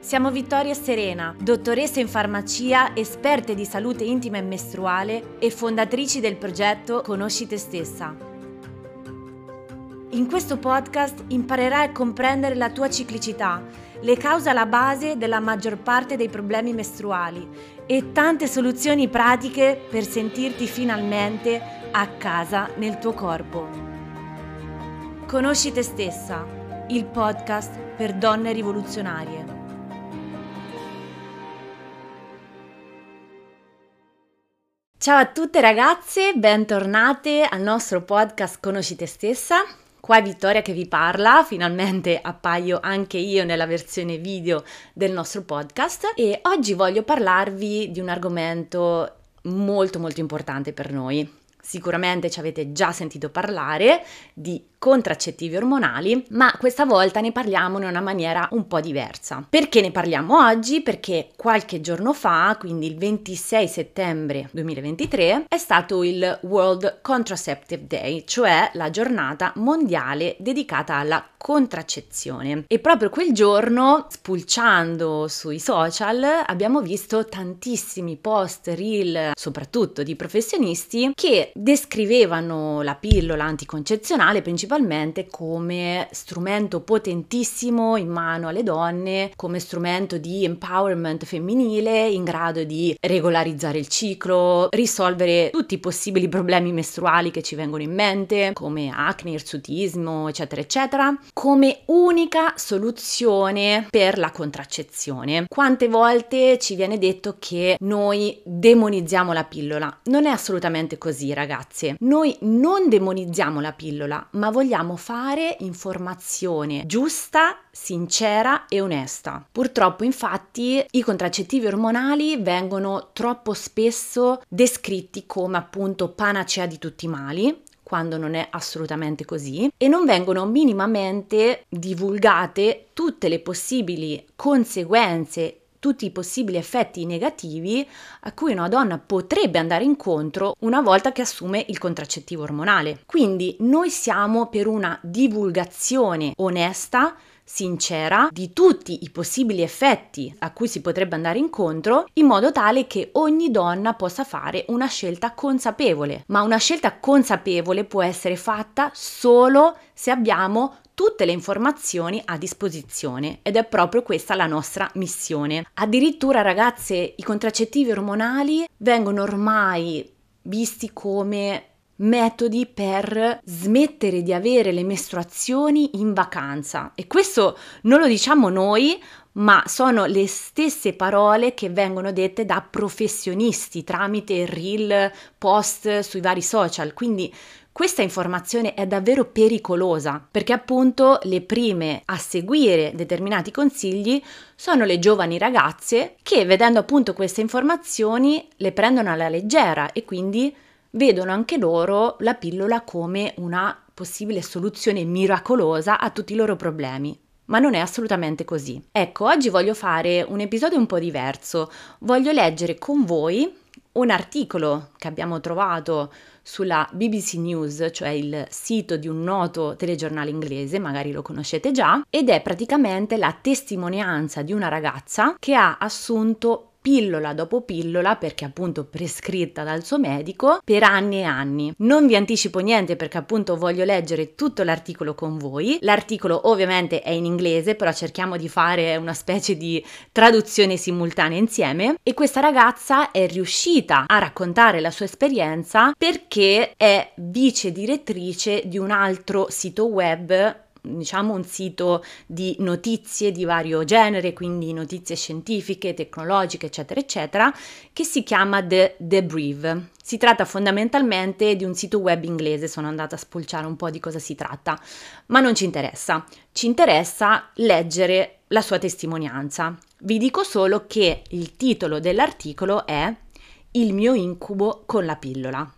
Siamo Vittoria e Serena, dottoresse in farmacia, esperte di salute intima e mestruale e fondatrici del progetto Conosci te stessa. In questo podcast imparerai a comprendere la tua ciclicità, le cause alla base della maggior parte dei problemi mestruali e tante soluzioni pratiche per sentirti finalmente a casa nel tuo corpo. Conosci te stessa, il podcast per donne rivoluzionarie. Ciao a tutte ragazze, bentornate al nostro podcast Conosci te stessa. Qua è Vittoria che vi parla, finalmente appaio anche io nella versione video del nostro podcast e oggi voglio parlarvi di un argomento molto importante per noi. Sicuramente ci avete già sentito parlare di contraccettivi ormonali, ma questa volta ne parliamo in una maniera un po' diversa. Perché ne parliamo oggi? Perché qualche giorno fa, quindi il 26 settembre 2023, è stato il World Contraceptive Day, cioè la giornata mondiale dedicata alla contraccezione. E proprio quel giorno, spulciando sui social, abbiamo visto tantissimi post, reel, soprattutto di professionisti, che descrivevano la pillola anticoncezionale principalmente come strumento potentissimo in mano alle donne, come strumento di empowerment femminile in grado di regolarizzare il ciclo, risolvere tutti i possibili problemi mestruali che ci vengono in mente, come acne, hirsutismo, eccetera eccetera, come unica soluzione per la contraccezione. Quante volte ci viene detto che noi demonizziamo la pillola? Non è assolutamente così, ragazze. Noi non demonizziamo la pillola, ma vogliamo fare informazione giusta, sincera e onesta. Purtroppo, infatti, i contraccettivi ormonali vengono troppo spesso descritti come appunto panacea di tutti i mali, quando non è assolutamente così, e non vengono minimamente divulgate tutte le possibili conseguenze, tutti i possibili effetti negativi a cui una donna potrebbe andare incontro una volta che assume il contraccettivo ormonale. Quindi noi siamo per una divulgazione onesta, sincera, di tutti i possibili effetti a cui si potrebbe andare incontro, in modo tale che ogni donna possa fare una scelta consapevole. Ma una scelta consapevole può essere fatta solo se abbiamo tutte le informazioni a disposizione, ed è proprio questa la nostra missione. Addirittura, ragazze, i contraccettivi ormonali vengono ormai visti come metodi per smettere di avere le mestruazioni in vacanza, e questo non lo diciamo noi, ma sono le stesse parole che vengono dette da professionisti tramite reel, post sui vari social. Quindi questa informazione è davvero pericolosa, perché appunto le prime a seguire determinati consigli sono le giovani ragazze che, vedendo appunto queste informazioni, le prendono alla leggera e quindi vedono anche loro la pillola come una possibile soluzione miracolosa a tutti i loro problemi. Ma non è assolutamente così. Ecco, oggi voglio fare un episodio un po' diverso. Voglio leggere con voi un articolo che abbiamo trovato sulla BBC News, cioè il sito di un noto telegiornale inglese, magari lo conoscete già, ed è praticamente la testimonianza di una ragazza che ha assunto pillola dopo pillola, perché appunto prescritta dal suo medico, per anni e anni. Non vi anticipo niente perché appunto voglio leggere tutto l'articolo con voi. L'articolo ovviamente è in inglese, però cerchiamo di fare una specie di traduzione simultanea insieme, e questa ragazza è riuscita a raccontare la sua esperienza perché è vice direttrice di un altro sito web, diciamo un sito di notizie di vario genere, quindi notizie scientifiche, tecnologiche, eccetera eccetera, che si chiama The Debrief. Si tratta fondamentalmente di un sito web inglese, sono andata a spulciare un po' di cosa si tratta, ma non ci interessa. Ci interessa leggere la sua testimonianza. Vi dico solo che il titolo dell'articolo è "Il mio incubo con la pillola".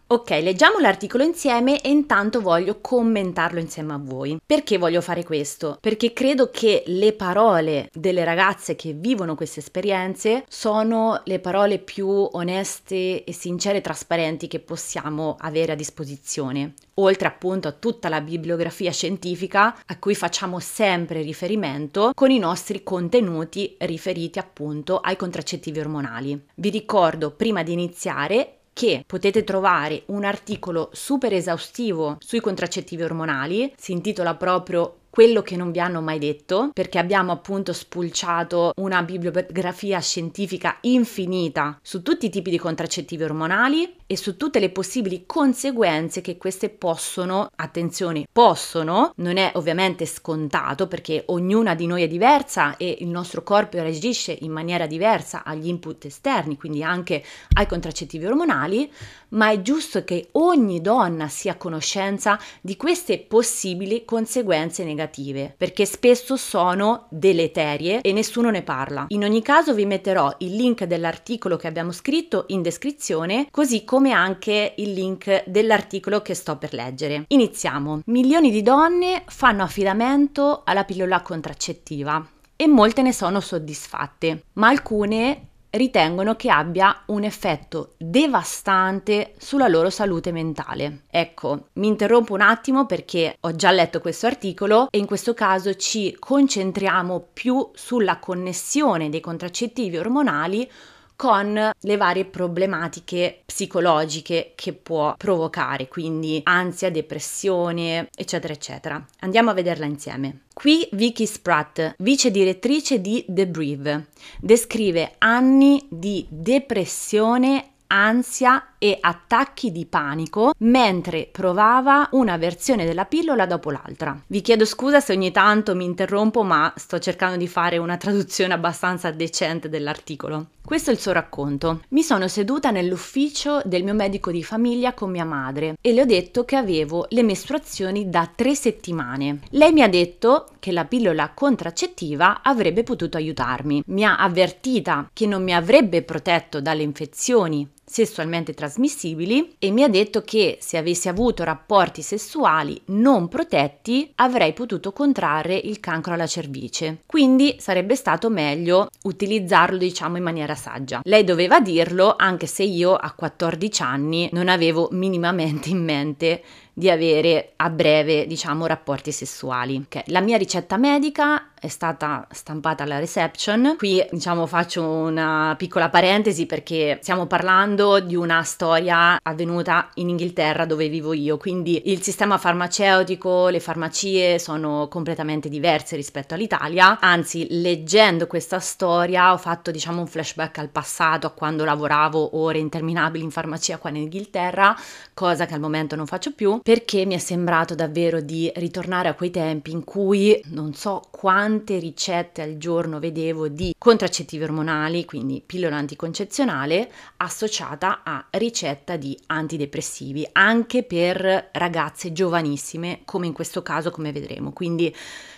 Ok, leggiamo l'articolo insieme e intanto voglio commentarlo insieme a voi. Perché voglio fare questo? Perché credo che le parole delle ragazze che vivono queste esperienze sono le parole più oneste e sincere e trasparenti che possiamo avere a disposizione, oltre appunto a tutta la bibliografia scientifica a cui facciamo sempre riferimento con i nostri contenuti riferiti appunto ai contraccettivi ormonali. Vi ricordo prima di iniziare che potete trovare un articolo super esaustivo sui contraccettivi ormonali, si intitola proprio Quello che non vi hanno mai detto, perché abbiamo appunto spulciato una bibliografia scientifica infinita su tutti i tipi di contraccettivi ormonali e su tutte le possibili conseguenze che queste possono, attenzione, possono, non è ovviamente scontato perché ognuna di noi è diversa e il nostro corpo reagisce in maniera diversa agli input esterni, quindi anche ai contraccettivi ormonali, ma è giusto che ogni donna sia a conoscenza di queste possibili conseguenze negative, perché spesso sono deleterie e nessuno ne parla. In ogni caso vi metterò il link dell'articolo che abbiamo scritto in descrizione, così come anche il link dell'articolo che sto per leggere. Iniziamo. Milioni di donne fanno affidamento alla pillola contraccettiva e molte ne sono soddisfatte, ma alcune ritengono che abbia un effetto devastante sulla loro salute mentale. Ecco, mi interrompo un attimo perché ho già letto questo articolo e in questo caso ci concentriamo più sulla connessione dei contraccettivi ormonali con le varie problematiche psicologiche che può provocare, quindi ansia, depressione, eccetera, eccetera. Andiamo a vederla insieme. Qui Vicky Spratt, vice direttrice di The Brief, descrive anni di depressione, ansia e attacchi di panico mentre provava una versione della pillola dopo l'altra. Vi chiedo scusa se ogni tanto mi interrompo, ma sto cercando di fare una traduzione abbastanza decente dell'articolo. Questo è il suo racconto. Mi sono seduta nell'ufficio del mio medico di famiglia con mia madre e le ho detto che avevo le mestruazioni da 3 settimane. Lei mi ha detto che la pillola contraccettiva avrebbe potuto aiutarmi. Mi ha avvertita che non mi avrebbe protetto dalle infezioni sessualmente trasmissibili e mi ha detto che se avessi avuto rapporti sessuali non protetti avrei potuto contrarre il cancro alla cervice, quindi sarebbe stato meglio utilizzarlo in maniera saggia. Lei doveva dirlo anche se io a 14 anni non avevo minimamente in mente di avere a breve rapporti sessuali. La mia ricetta medica è stata stampata alla reception. Qui faccio una piccola parentesi perché stiamo parlando di una storia avvenuta in Inghilterra dove vivo io, quindi il sistema farmaceutico, le farmacie sono completamente diverse rispetto all'Italia, anzi leggendo questa storia ho fatto un flashback al passato, a quando lavoravo ore interminabili in farmacia qua in Inghilterra, cosa che al momento non faccio più perché mi è sembrato davvero di ritornare a quei tempi in cui non so quante ricette al giorno vedevo di contraccettivi ormonali, quindi pillola anticoncezionale associata a ricetta di antidepressivi, anche per ragazze giovanissime, come in questo caso, come vedremo. Quindi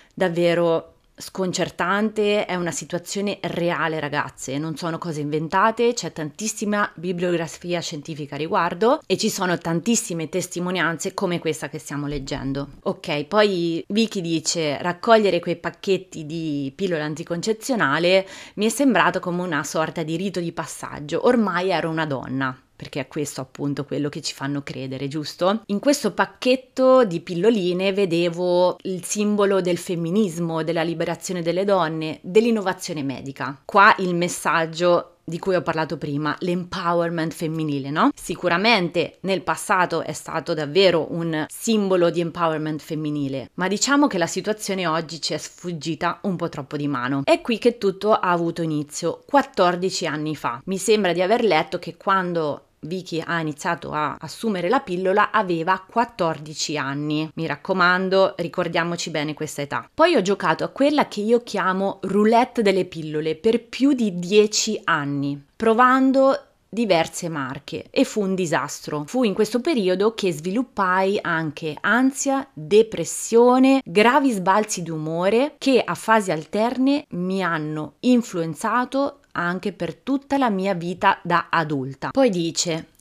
davvero sconcertante, è una situazione reale, ragazze, non sono cose inventate, c'è tantissima bibliografia scientifica a riguardo e ci sono tantissime testimonianze come questa che stiamo leggendo. Ok, poi Vicky dice: raccogliere quei pacchetti di pillola anticoncezionale mi è sembrato come una sorta di rito di passaggio, ormai ero una donna. Perché è questo appunto quello che ci fanno credere, giusto? In questo pacchetto di pilloline vedevo il simbolo del femminismo, della liberazione delle donne, dell'innovazione medica. Qua il messaggio di cui ho parlato prima, l'empowerment femminile, no? Sicuramente nel passato è stato davvero un simbolo di empowerment femminile, ma diciamo che la situazione oggi ci è sfuggita un po' troppo di mano. È qui che tutto ha avuto inizio 14 anni fa. Mi sembra di aver letto che quando Vicky ha iniziato a assumere la pillola aveva 14 anni. Mi raccomando, ricordiamoci bene questa età. Poi ho giocato a quella che io chiamo roulette delle pillole per più di 10 anni, provando diverse marche e fu un disastro. Fu in questo periodo che sviluppai anche ansia, depressione, gravi sbalzi di umore che a fasi alterne mi hanno influenzato anche per tutta la mia vita da adulta. Poi dice: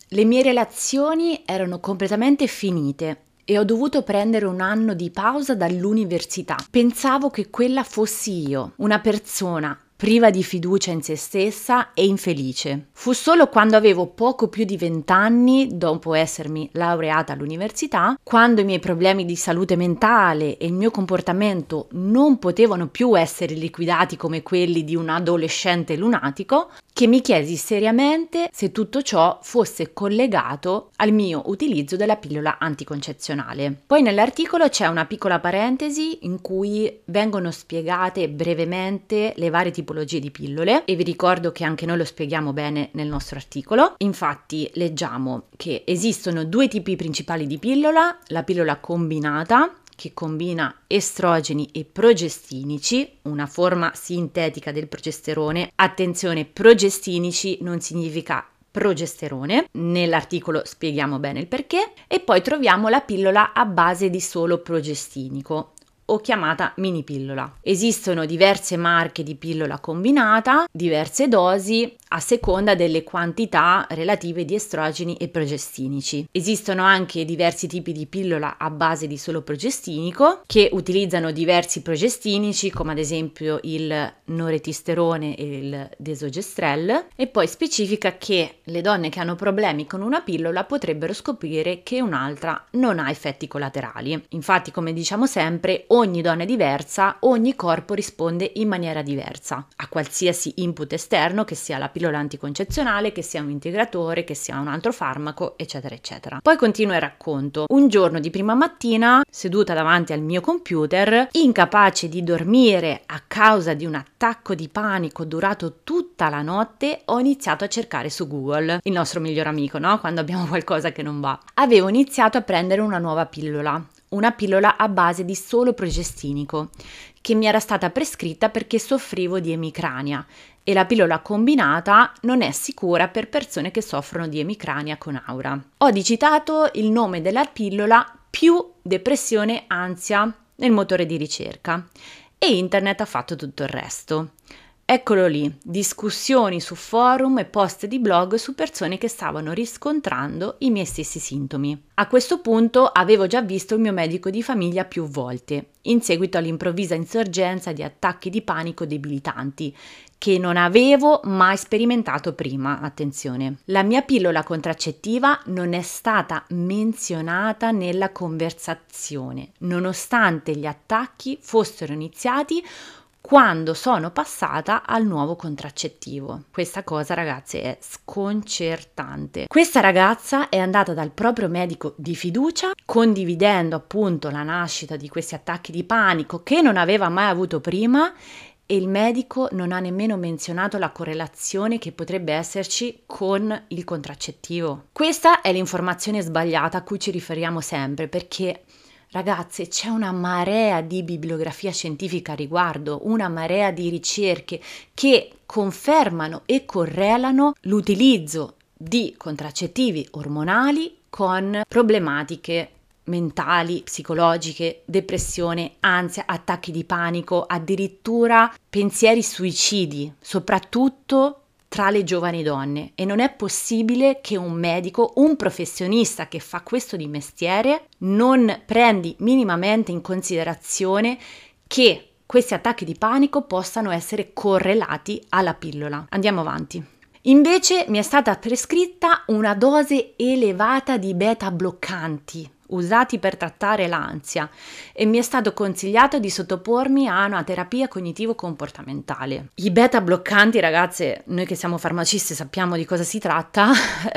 Le mie relazioni erano completamente finite e ho dovuto prendere un anno di pausa dall'università. Pensavo che quella fossi io, una persona priva di fiducia in se stessa e infelice. Fu solo quando avevo poco più di 20 anni, dopo essermi laureata all'università, quando i miei problemi di salute mentale e il mio comportamento non potevano più essere liquidati come quelli di un adolescente lunatico, che mi chiesi seriamente se tutto ciò fosse collegato al mio utilizzo della pillola anticoncezionale. Poi nell'articolo c'è una piccola parentesi in cui vengono spiegate brevemente le varie tipologie di pillole e vi ricordo che anche noi lo spieghiamo bene nel nostro articolo. Infatti leggiamo che esistono due tipi principali di pillola: la pillola combinata, che combina estrogeni e progestinici, una forma sintetica del progesterone. Attenzione, progestinici non significa progesterone, nell'articolo spieghiamo bene il perché. E poi troviamo la pillola a base di solo progestinico, o chiamata mini pillola. Esistono diverse marche di pillola combinata, diverse dosi a seconda delle quantità relative di estrogeni e progestinici. Esistono anche diversi tipi di pillola a base di solo progestinico che utilizzano diversi progestinici, come ad esempio il noretisterone e il desogestrel, e poi specifica che le donne che hanno problemi con una pillola potrebbero scoprire che un'altra non ha effetti collaterali. Infatti, come diciamo sempre, ogni donna è diversa, ogni corpo risponde in maniera diversa a qualsiasi input esterno, che sia la pillola anticoncezionale, che sia un integratore, che sia un altro farmaco, eccetera eccetera. Poi continua il racconto. Un giorno di prima mattina, seduta davanti al mio computer, incapace di dormire a causa di un attacco di panico durato tutta la notte, ho iniziato a cercare su Google, il nostro miglior amico, no? Quando abbiamo qualcosa che non va. Avevo iniziato a prendere una nuova pillola, una pillola a base di solo progestinico, che mi era stata prescritta perché soffrivo di emicrania, e la pillola combinata non è sicura per persone che soffrono di emicrania con aura. Ho digitato il nome della pillola più depressione ansia nel motore di ricerca e internet ha fatto tutto il resto. Eccolo lì, discussioni su forum e post di blog su persone che stavano riscontrando i miei stessi sintomi. A questo punto avevo già visto il mio medico di famiglia più volte, in seguito all'improvvisa insorgenza di attacchi di panico debilitanti, che non avevo mai sperimentato prima, attenzione. La mia pillola contraccettiva non è stata menzionata nella conversazione, nonostante gli attacchi fossero iniziati quando sono passata al nuovo contraccettivo. Questa cosa, ragazze, è sconcertante. Questa ragazza è andata dal proprio medico di fiducia, condividendo appunto la nascita di questi attacchi di panico che non aveva mai avuto prima, e il medico non ha nemmeno menzionato la correlazione che potrebbe esserci con il contraccettivo. Questa è l'informazione sbagliata a cui ci riferiamo sempre, perché ragazze, c'è una marea di bibliografia scientifica a riguardo, una marea di ricerche che confermano e correlano l'utilizzo di contraccettivi ormonali con problematiche mentali, psicologiche, depressione, ansia, attacchi di panico, addirittura pensieri suicidi, soprattutto tra le giovani donne. E non è possibile che un medico, un professionista che fa questo di mestiere, non prendi minimamente in considerazione che questi attacchi di panico possano essere correlati alla pillola. Andiamo avanti. Invece mi è stata prescritta una dose elevata di beta bloccanti usati per trattare l'ansia e mi è stato consigliato di sottopormi a una terapia cognitivo-comportamentale. I beta bloccanti, ragazze, noi che siamo farmaciste sappiamo di cosa si tratta,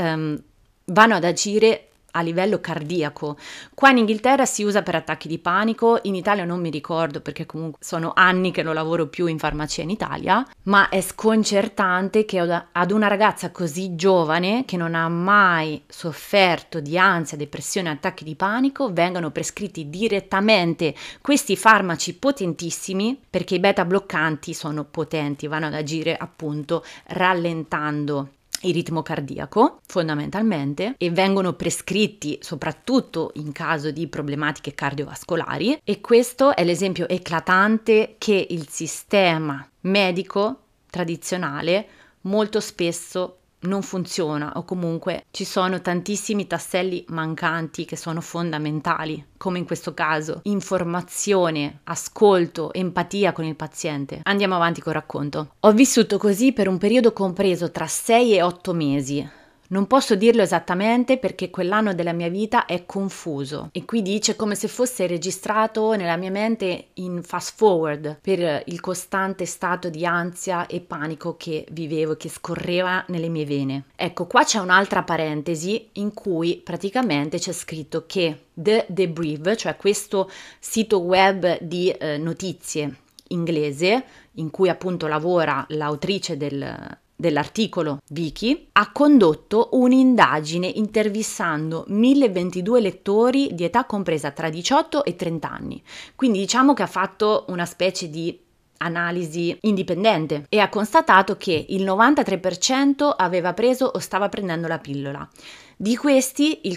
vanno ad agire a livello cardiaco. Qua in Inghilterra si usa per attacchi di panico, in Italia non mi ricordo perché comunque sono anni che non lavoro più in farmacia in Italia, ma è sconcertante che ad una ragazza così giovane, che non ha mai sofferto di ansia, depressione, attacchi di panico, vengano prescritti direttamente questi farmaci potentissimi, perché i beta bloccanti sono potenti, vanno ad agire appunto rallentando il ritmo cardiaco fondamentalmente, e vengono prescritti soprattutto in caso di problematiche cardiovascolari, e questo è l'esempio eclatante che il sistema medico tradizionale molto spesso non funziona o comunque ci sono tantissimi tasselli mancanti che sono fondamentali, come in questo caso informazione, ascolto, empatia con il paziente. Andiamo avanti col racconto. Ho vissuto così per un periodo compreso tra 6 e 8 mesi. Non posso dirlo esattamente perché quell'anno della mia vita è confuso e qui dice come se fosse registrato nella mia mente in fast forward per il costante stato di ansia e panico che vivevo, che scorreva nelle mie vene. Ecco, qua c'è un'altra parentesi in cui praticamente c'è scritto che The Debrief, cioè questo sito web di notizie inglese in cui appunto lavora l'autrice dell'articolo Vicky, ha condotto un'indagine intervistando 1022 lettori di età compresa tra 18 e 30 anni. Quindi diciamo che ha fatto una specie di analisi indipendente e ha constatato che il 93% aveva preso o stava prendendo la pillola. Di questi il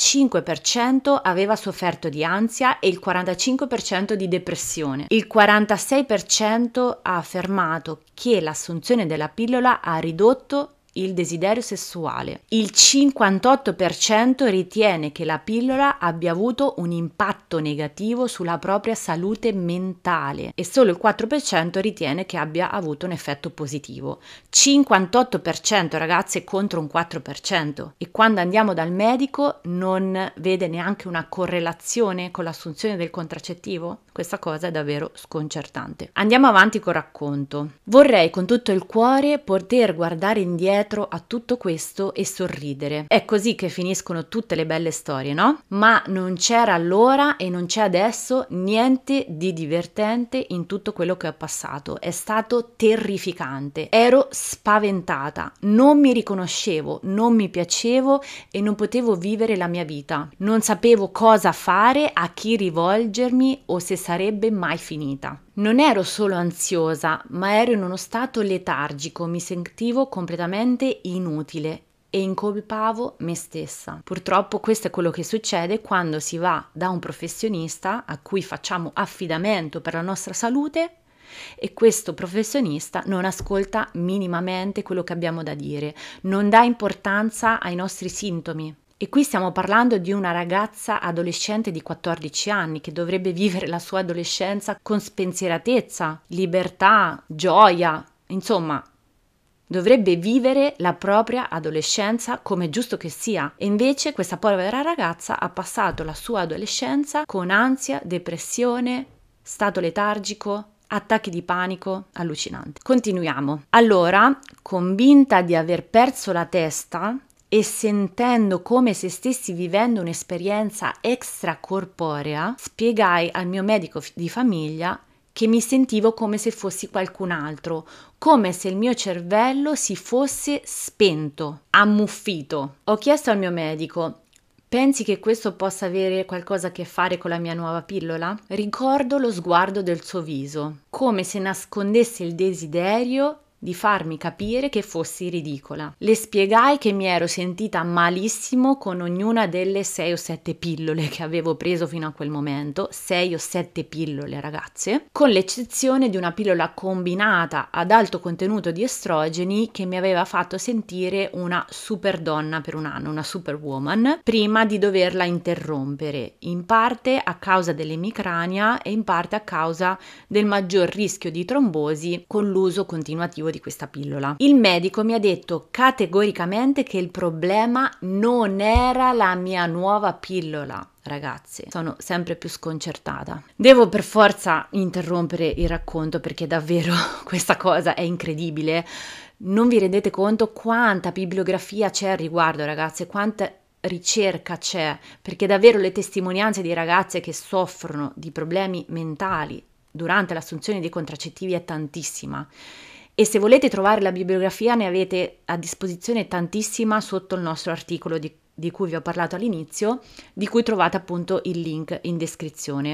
45% aveva sofferto di ansia e il 45% di depressione. Il 46% ha affermato che l'assunzione della pillola ha ridotto il desiderio sessuale. Il 58% ritiene che la pillola abbia avuto un impatto negativo sulla propria salute mentale e solo il 4% ritiene che abbia avuto un effetto positivo. 58% ragazze contro un 4%, e quando andiamo dal medico non vede neanche una correlazione con l'assunzione del contraccettivo? Questa cosa è davvero sconcertante. Andiamo avanti col racconto. Vorrei con tutto il cuore poter guardare indietro a tutto questo e sorridere. È così che finiscono tutte le belle storie, no? Ma non c'era allora e non c'è adesso niente di divertente in tutto quello che ho passato. È stato terrificante. Ero spaventata, non mi riconoscevo, non mi piacevo e non potevo vivere la mia vita. Non sapevo cosa fare, a chi rivolgermi o se sarebbe mai finita. Non ero solo ansiosa, ma ero in uno stato letargico, mi sentivo completamente inutile e incolpavo me stessa. Purtroppo questo è quello che succede quando si va da un professionista a cui facciamo affidamento per la nostra salute e questo professionista non ascolta minimamente quello che abbiamo da dire, non dà importanza ai nostri sintomi. E qui stiamo parlando di una ragazza adolescente di 14 anni che dovrebbe vivere la sua adolescenza con spensieratezza, libertà, gioia, insomma, dovrebbe vivere la propria adolescenza come giusto che sia. E invece questa povera ragazza ha passato la sua adolescenza con ansia, depressione, stato letargico, attacchi di panico allucinanti. Continuiamo. Allora, convinta di aver perso la testa e sentendo come se stessi vivendo un'esperienza extracorporea, spiegai al mio medico di famiglia che mi sentivo come se fossi qualcun altro, come se il mio cervello si fosse spento, ammuffito. Ho chiesto al mio medico: pensi che questo possa avere qualcosa a che fare con la mia nuova pillola? Ricordo lo sguardo del suo viso, come se nascondesse il desiderio di farmi capire che fossi ridicola. Le spiegai che mi ero sentita malissimo con ognuna delle 6 o 7 pillole che avevo preso fino a quel momento, 6 o 7 pillole ragazze, con l'eccezione di una pillola combinata ad alto contenuto di estrogeni che mi aveva fatto sentire una super donna per un anno, una superwoman, prima di doverla interrompere, in parte a causa dell'emicrania e in parte a causa del maggior rischio di trombosi con l'uso continuativo di questa pillola. Il medico mi ha detto categoricamente che il problema non era la mia nuova pillola. Ragazzi, sono sempre più sconcertata. Devo per forza interrompere il racconto perché davvero questa cosa è incredibile. Non vi rendete conto quanta bibliografia c'è al riguardo, ragazze, quanta ricerca c'è, perché davvero le testimonianze di ragazze che soffrono di problemi mentali durante l'assunzione dei contraccettivi è tantissima. E se volete trovare la bibliografia ne avete a disposizione tantissima sotto il nostro articolo di cui vi ho parlato all'inizio, di cui trovate appunto il link in descrizione.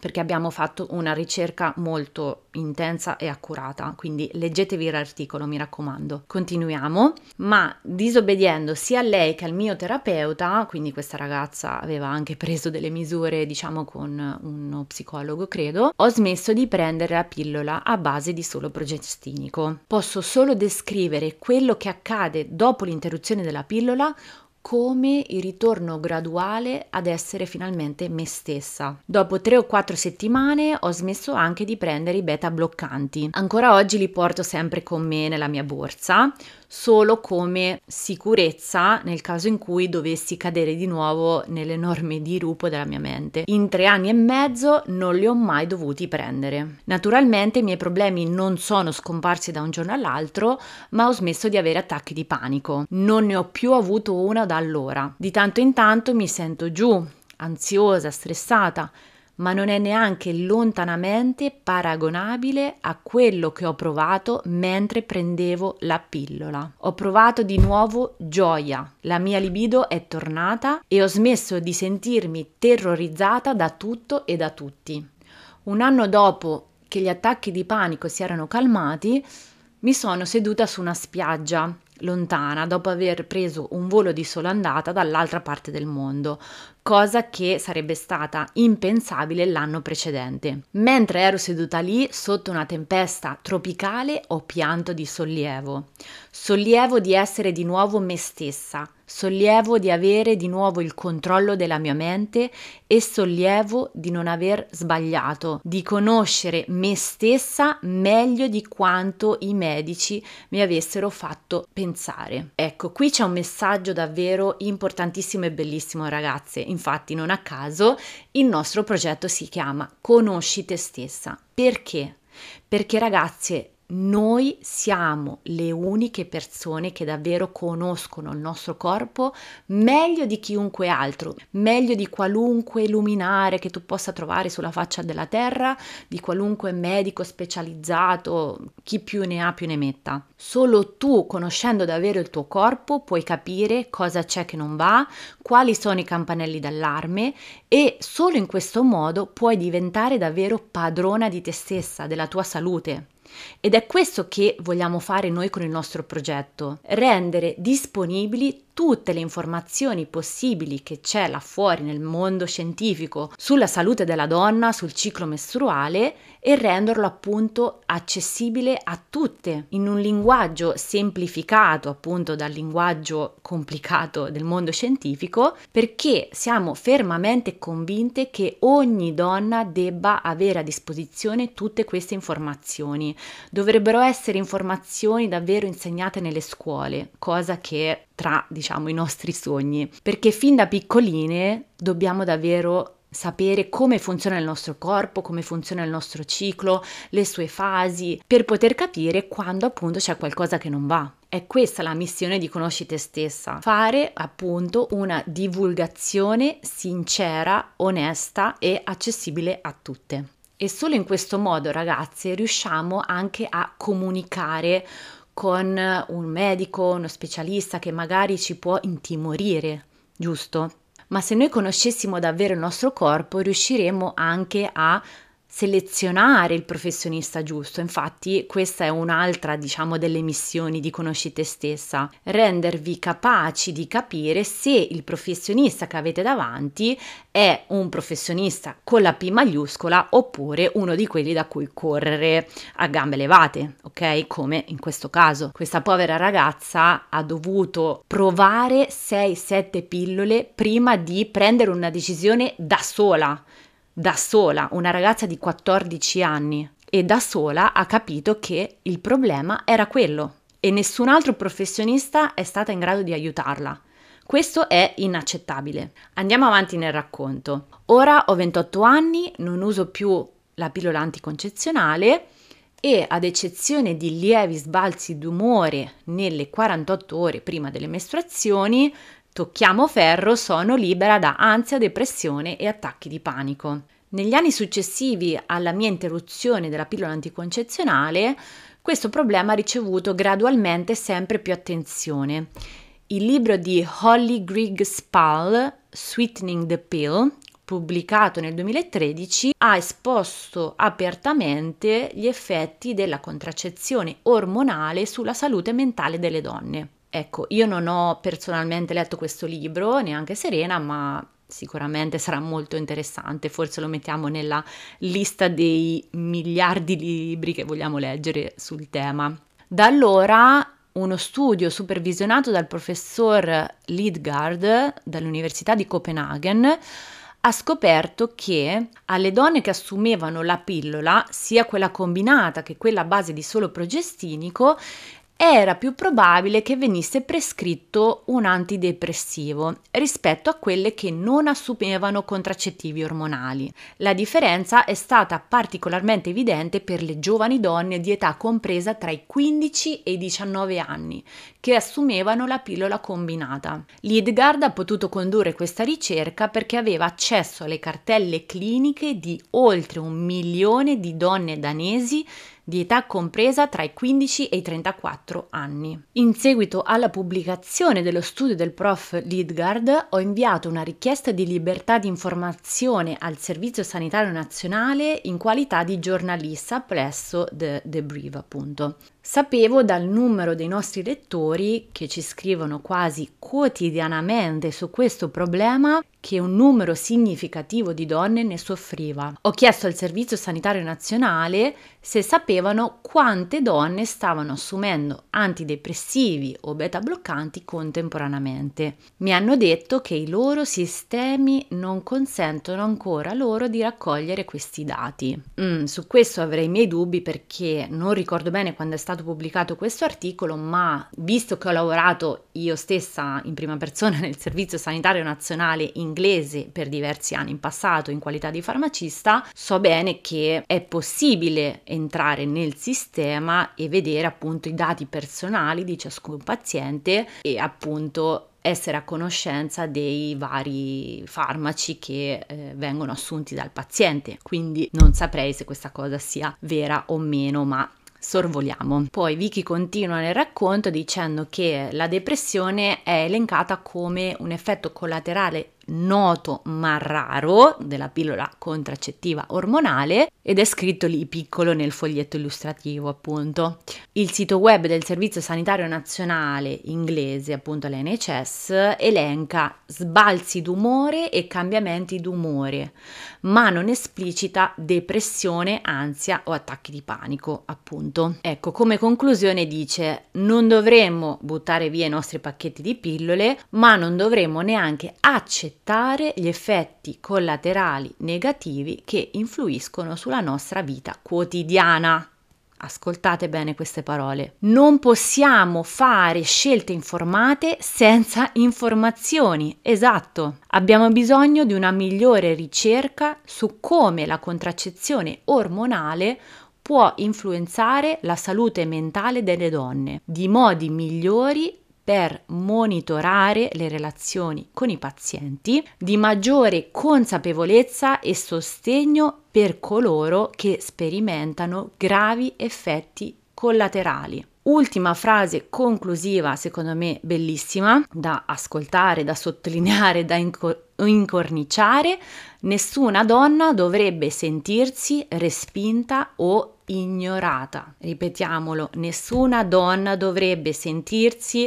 perché abbiamo fatto una ricerca molto intensa e accurata, quindi leggetevi l'articolo, mi raccomando. Continuiamo, ma disobbediendo sia a lei che al mio terapeuta, quindi questa ragazza aveva anche preso delle misure, diciamo, con uno psicologo, credo, ho smesso di prendere la pillola a base di solo progestinico. Posso solo descrivere quello che accade dopo l'interruzione della pillola come il ritorno graduale ad essere finalmente me stessa. Dopo 3 o 4 settimane ho smesso anche di prendere i beta bloccanti. Ancora oggi li porto sempre con me nella mia borsa, solo come sicurezza nel caso in cui dovessi cadere di nuovo nell'enorme dirupo della mia mente. In 3 anni e mezzo non li ho mai dovuti prendere. Naturalmente i miei problemi non sono scomparsi da un giorno all'altro, ma ho smesso di avere attacchi di panico. Non ne ho più avuto una da allora. Di tanto in tanto mi sento giù, ansiosa, stressata, ma non è neanche lontanamente paragonabile a quello che ho provato mentre prendevo la pillola. Ho provato di nuovo gioia, la mia libido è tornata e ho smesso di sentirmi terrorizzata da tutto e da tutti. Un anno dopo che gli attacchi di panico si erano calmati, mi sono seduta su una spiaggia lontana dopo aver preso un volo di sola andata dall'altra parte del mondo, cosa che sarebbe stata impensabile l'anno precedente. Mentre ero seduta lì sotto una tempesta tropicale ho pianto di sollievo. Sollievo di essere di nuovo me stessa, sollievo di avere di nuovo il controllo della mia mente e sollievo di non aver sbagliato, di conoscere me stessa meglio di quanto i medici mi avessero fatto pensare. Ecco, qui c'è un messaggio davvero importantissimo e bellissimo, ragazze. Infatti, non a caso, il nostro progetto si chiama Conosci te stessa. Perché? Perché, ragazze, noi siamo le uniche persone che davvero conoscono il nostro corpo meglio di chiunque altro, meglio di qualunque luminare che tu possa trovare sulla faccia della terra, di qualunque medico specializzato, chi più ne ha più ne metta. Solo tu, conoscendo davvero il tuo corpo, puoi capire cosa c'è che non va, quali sono i campanelli d'allarme e solo in questo modo puoi diventare davvero padrona di te stessa, della tua salute. Ed è questo che vogliamo fare noi con il nostro progetto, rendere disponibili tutte le informazioni possibili che c'è là fuori nel mondo scientifico sulla salute della donna, sul ciclo mestruale e renderlo appunto accessibile a tutte in un linguaggio semplificato appunto dal linguaggio complicato del mondo scientifico, perché siamo fermamente convinte che ogni donna debba avere a disposizione tutte queste informazioni. Dovrebbero essere informazioni davvero insegnate nelle scuole, cosa che è tra, diciamo, i nostri sogni, perché fin da piccoline dobbiamo davvero sapere come funziona il nostro corpo, come funziona il nostro ciclo, le sue fasi, per poter capire quando appunto c'è qualcosa che non va. È questa la missione di Conosci te stessa, fare appunto una divulgazione sincera, onesta e accessibile a tutte. E solo in questo modo, ragazze, riusciamo anche a comunicare con un medico, uno specialista che magari ci può intimorire, giusto? Ma se noi conoscessimo davvero il nostro corpo, riusciremo anche a selezionare il professionista giusto. Infatti questa è un'altra, diciamo, delle missioni di Conosci te stessa, rendervi capaci di capire se il professionista che avete davanti è un professionista con la P maiuscola oppure uno di quelli da cui correre a gambe levate, ok? Come in questo caso. Questa povera ragazza ha dovuto provare 6-7 pillole prima di prendere una decisione da sola, una ragazza di 14 anni, e da sola ha capito che il problema era quello e nessun altro professionista è stata in grado di aiutarla. Questo è inaccettabile. Andiamo avanti nel racconto. Ora ho 28 anni, non uso più la pillola anticoncezionale e, ad eccezione di lievi sbalzi d'umore nelle 48 ore prima delle mestruazioni, tocchiamo ferro, sono libera da ansia, depressione e attacchi di panico. Negli anni successivi alla mia interruzione della pillola anticoncezionale, questo problema ha ricevuto gradualmente sempre più attenzione. Il libro di Holly Grigg Spall, Sweetening the Pill, pubblicato nel 2013, ha esposto apertamente gli effetti della contraccezione ormonale sulla salute mentale delle donne. Ecco, io non ho personalmente letto questo libro, neanche Serena, ma sicuramente sarà molto interessante, forse lo mettiamo nella lista dei miliardi di libri che vogliamo leggere sul tema. Da allora uno studio supervisionato dal professor Lidgard dall'Università di Copenaghen ha scoperto che alle donne che assumevano la pillola, sia quella combinata che quella a base di solo progestinico, era più probabile che venisse prescritto un antidepressivo rispetto a quelle che non assumevano contraccettivi ormonali. La differenza è stata particolarmente evidente per le giovani donne di età compresa tra i 15 e i 19 anni, che assumevano la pillola combinata. Lidgard ha potuto condurre questa ricerca perché aveva accesso alle cartelle cliniche di oltre 1 milione di donne danesi di età compresa tra i 15 e i 34 anni. In seguito alla pubblicazione dello studio del prof. Lidgard, ho inviato una richiesta di libertà di informazione al Servizio Sanitario Nazionale in qualità di giornalista presso The Brief, appunto. Sapevo dal numero dei nostri lettori, che ci scrivono quasi quotidianamente su questo problema, che un numero significativo di donne ne soffriva. Ho chiesto al Servizio Sanitario Nazionale se sapevano quante donne stavano assumendo antidepressivi o beta bloccanti contemporaneamente. Mi hanno detto che i loro sistemi non consentono ancora loro di raccogliere questi dati. Su questo avrei i miei dubbi perché non ricordo bene quando è stato pubblicato questo articolo, ma visto che ho lavorato io stessa in prima persona nel Servizio Sanitario Nazionale inglese per diversi anni in passato in qualità di farmacista, so bene che è possibile entrare nel sistema e vedere appunto i dati personali di ciascun paziente e appunto essere a conoscenza dei vari farmaci che vengono assunti dal paziente. Quindi non saprei se questa cosa sia vera o meno, ma sorvoliamo. Poi Vicky continua nel racconto dicendo che la depressione è elencata come un effetto collaterale noto ma raro della pillola contraccettiva ormonale ed è scritto lì piccolo nel foglietto illustrativo, appunto. Il sito web del Servizio Sanitario Nazionale inglese, appunto l'NHS, elenca sbalzi d'umore e cambiamenti d'umore, ma non esplicita depressione, ansia o attacchi di panico, appunto. Ecco, come conclusione dice: non dovremmo buttare via i nostri pacchetti di pillole, ma non dovremmo neanche accettare gli effetti collaterali negativi che influiscono sulla nostra vita quotidiana. Ascoltate bene queste parole. Non possiamo fare scelte informate senza informazioni. Esatto. Abbiamo bisogno di una migliore ricerca su come la contraccezione ormonale può influenzare la salute mentale delle donne, di modi migliori per monitorare le relazioni con i pazienti, di maggiore consapevolezza e sostegno per coloro che sperimentano gravi effetti collaterali. Ultima frase conclusiva, secondo me bellissima, da ascoltare, da sottolineare, da incorniciare: nessuna donna dovrebbe sentirsi respinta o ignorata. Ripetiamolo, nessuna donna dovrebbe sentirsi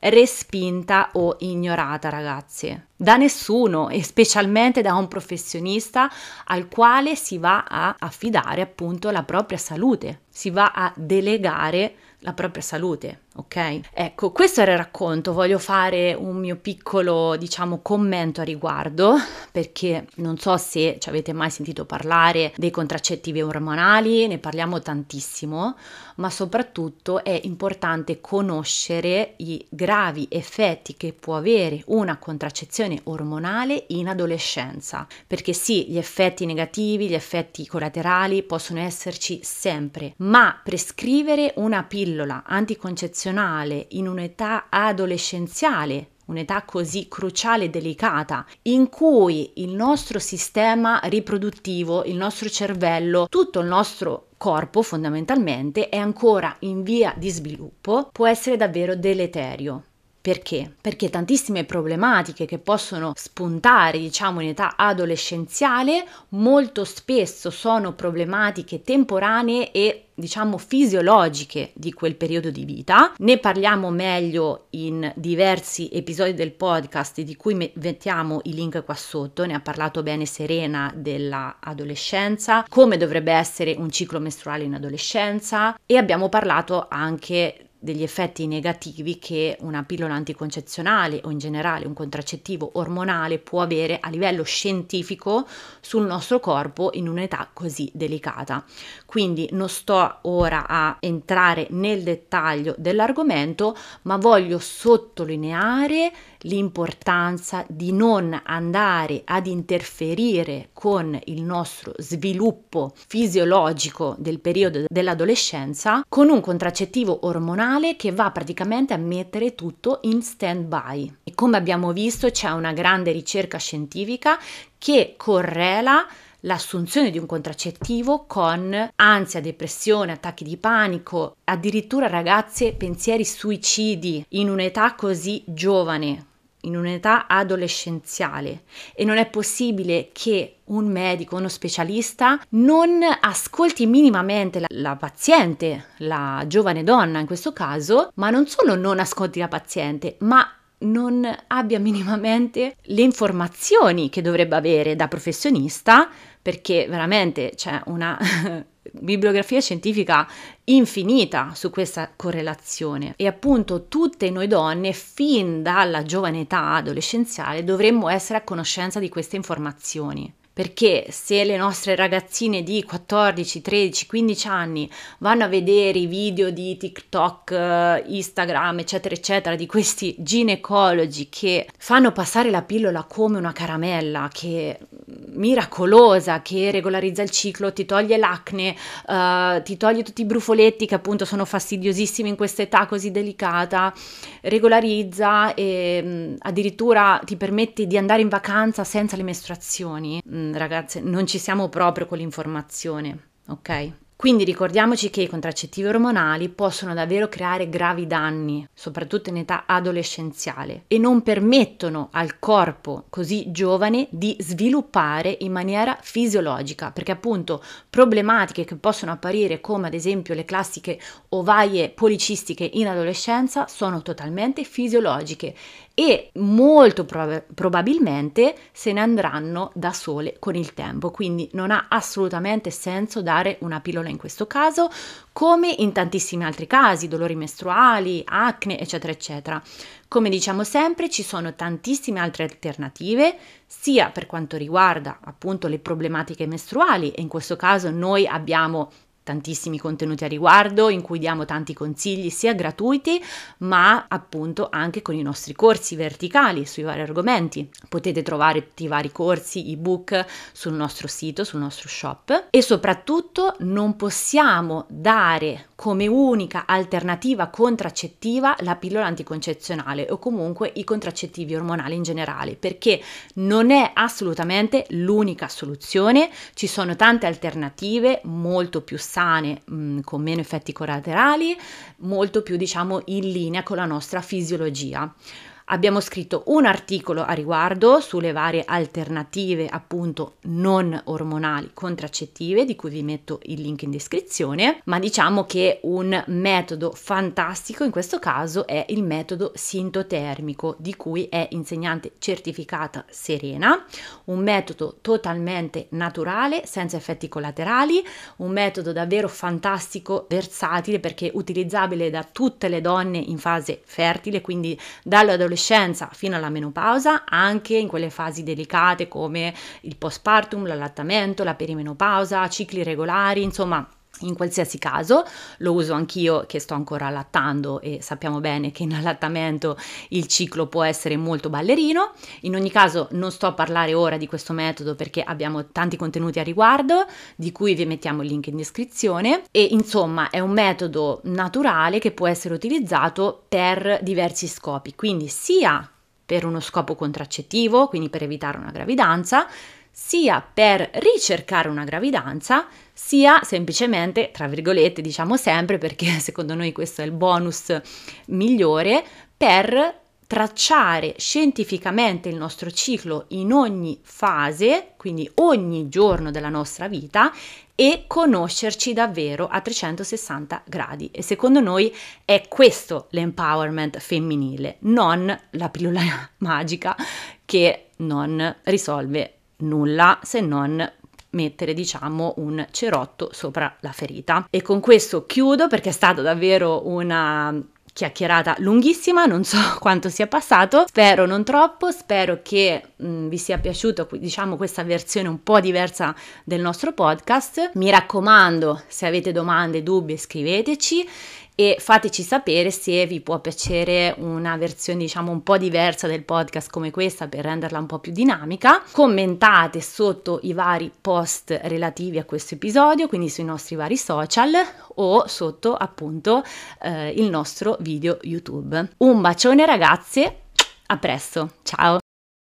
respinta o ignorata, ragazze. Da nessuno, e specialmente da un professionista al quale si va a affidare appunto la propria salute, si va a delegare la propria salute, ok? Ecco, questo era il racconto. Voglio fare un mio piccolo, commento a riguardo, perché non so se ci avete mai sentito parlare dei contraccettivi ormonali, ne parliamo tantissimo, ma soprattutto è importante conoscere i gravi effetti che può avere una contraccezione ormonale in adolescenza, perché sì, gli effetti negativi, gli effetti collaterali possono esserci sempre, ma prescrivere una pillola anticoncezionale in un'età adolescenziale, un'età così cruciale e delicata, in cui il nostro sistema riproduttivo, il nostro cervello, tutto il nostro corpo fondamentalmente è ancora in via di sviluppo, può essere davvero deleterio. Perché? Perché tantissime problematiche che possono spuntare, diciamo, in età adolescenziale molto spesso sono problematiche temporanee e, diciamo, fisiologiche di quel periodo di vita. Ne parliamo meglio in diversi episodi del podcast di cui mettiamo i link qua sotto. Ne ha parlato bene Serena della adolescenza, come dovrebbe essere un ciclo mestruale in adolescenza, e abbiamo parlato anche degli effetti negativi che una pillola anticoncezionale o in generale un contraccettivo ormonale può avere a livello scientifico sul nostro corpo in un'età così delicata. Quindi non sto ora a entrare nel dettaglio dell'argomento, ma voglio sottolineare l'importanza di non andare ad interferire con il nostro sviluppo fisiologico del periodo dell'adolescenza con un contraccettivo ormonale che va praticamente a mettere tutto in stand-by. E come abbiamo visto c'è una grande ricerca scientifica che correla l'assunzione di un contraccettivo con ansia, depressione, attacchi di panico, addirittura ragazze pensieri suicidi in un'età così giovane, in un'età adolescenziale. E non è possibile che un medico, uno specialista non ascolti minimamente la paziente, la giovane donna in questo caso, ma non solo non ascolti la paziente, ma non abbia minimamente le informazioni che dovrebbe avere da professionista, perché veramente c'è una bibliografia scientifica infinita su questa correlazione. E appunto tutte noi donne fin dalla giovane età adolescenziale dovremmo essere a conoscenza di queste informazioni. Perché se le nostre ragazzine di 14, 13, 15 anni vanno a vedere i video di TikTok, Instagram, eccetera, eccetera, di questi ginecologi che fanno passare la pillola come una caramella, che miracolosa, che regolarizza il ciclo, ti toglie l'acne, ti toglie tutti i brufoletti che appunto sono fastidiosissimi in questa età così delicata, regolarizza e addirittura ti permette di andare in vacanza senza le mestruazioni. Ragazze, non ci siamo proprio con l'informazione, ok? Quindi ricordiamoci che i contraccettivi ormonali possono davvero creare gravi danni, soprattutto in età adolescenziale, e non permettono al corpo così giovane di sviluppare in maniera fisiologica, perché appunto problematiche che possono apparire come ad esempio le classiche ovaie policistiche in adolescenza sono totalmente fisiologiche e molto probabilmente se ne andranno da sole con il tempo, quindi non ha assolutamente senso dare una pillola in questo caso, come in tantissimi altri casi, dolori mestruali, acne, eccetera, eccetera. Come diciamo sempre, ci sono tantissime altre alternative, sia per quanto riguarda appunto le problematiche mestruali, e in questo caso noi abbiamo tantissimi contenuti a riguardo in cui diamo tanti consigli sia gratuiti ma appunto anche con i nostri corsi verticali sui vari argomenti. Potete trovare tutti i vari corsi, ebook sul nostro sito, sul nostro shop, e soprattutto non possiamo dare come unica alternativa contraccettiva la pillola anticoncezionale o comunque i contraccettivi ormonali in generale, perché non è assolutamente l'unica soluzione. Ci sono tante alternative molto più sane, con meno effetti collaterali, molto più diciamo in linea con la nostra fisiologia. Abbiamo scritto un articolo a riguardo sulle varie alternative appunto non ormonali contraccettive, di cui vi metto il link in descrizione, ma diciamo che un metodo fantastico in questo caso è il metodo sintotermico, di cui è insegnante certificata Serena, un metodo totalmente naturale, senza effetti collaterali, un metodo davvero fantastico, versatile, perché utilizzabile da tutte le donne in fase fertile, quindi dall'adolescenza fino alla menopausa, anche in quelle fasi delicate come il postpartum, l'allattamento, la perimenopausa, cicli regolari, insomma in qualsiasi caso. Lo uso anch'io che sto ancora allattando e sappiamo bene che in allattamento il ciclo può essere molto ballerino. In ogni caso non sto a parlare ora di questo metodo perché abbiamo tanti contenuti a riguardo di cui vi mettiamo il link in descrizione, e insomma è un metodo naturale che può essere utilizzato per diversi scopi, quindi sia per uno scopo contraccettivo, quindi per evitare una gravidanza, sia per ricercare una gravidanza, sia semplicemente, tra virgolette, diciamo sempre, perché secondo noi questo è il bonus migliore, per tracciare scientificamente il nostro ciclo in ogni fase, quindi ogni giorno della nostra vita, e conoscerci davvero a 360 gradi. E secondo noi è questo l'empowerment femminile, non la pillola magica che non risolve nulla se non mettere, diciamo, un cerotto sopra la ferita. E con questo chiudo, perché è stata davvero una chiacchierata lunghissima, non so quanto sia passato, spero non troppo, spero che vi sia piaciuto, diciamo, questa versione un po' diversa del nostro podcast. Mi raccomando, se avete domande, dubbi, scriveteci e fateci sapere se vi può piacere una versione, diciamo, un po' diversa del podcast come questa, per renderla un po' più dinamica. Commentate sotto i vari post relativi a questo episodio, quindi sui nostri vari social o sotto appunto il nostro video YouTube. Un bacione ragazze, a presto, ciao!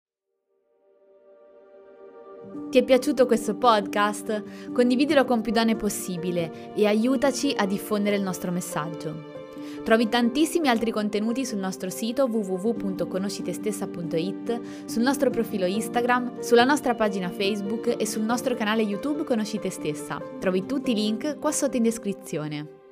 Ti è piaciuto questo podcast? Condividilo con più donne possibile e aiutaci a diffondere il nostro messaggio. Trovi tantissimi altri contenuti sul nostro sito www.conoscitestessa.it, sul nostro profilo Instagram, sulla nostra pagina Facebook e sul nostro canale YouTube Conosci Te Stessa. Trovi tutti i link qua sotto in descrizione.